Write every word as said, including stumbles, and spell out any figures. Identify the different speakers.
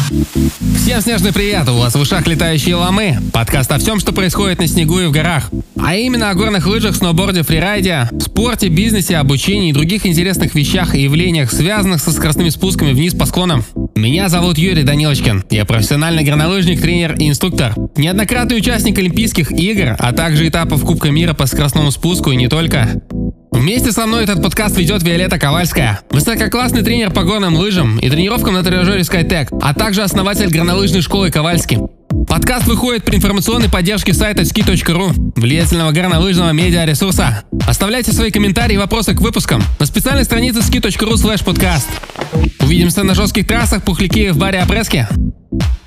Speaker 1: Всем снежный привет, у вас в ушах летающие ломы. Подкаст о всем, что происходит на снегу и в горах. А именно о горных лыжах, сноуборде, фрирайде, спорте, бизнесе, обучении и других интересных вещах и явлениях, связанных со скоростными спусками вниз по склонам. Меня зовут Юрий Данилочкин. Я профессиональный горнолыжник, тренер и инструктор. Неоднократный участник Олимпийских игр, а также этапов Кубка мира по скоростному спуску и не только. Вместе со мной этот подкаст ведет Виолетта Ковальская, высококлассный тренер по горным лыжам и тренировкам на тренажере SkyTech, а также основатель горнолыжной школы Ковальски. Подкаст выходит при информационной поддержке сайта ski точка ру, влиятельного горнолыжного медиаресурса. Оставляйте свои комментарии и вопросы к выпускам на специальной странице ski точка ру слэш подкаст. Увидимся на жестких трассах Пухляки в баре Опрески.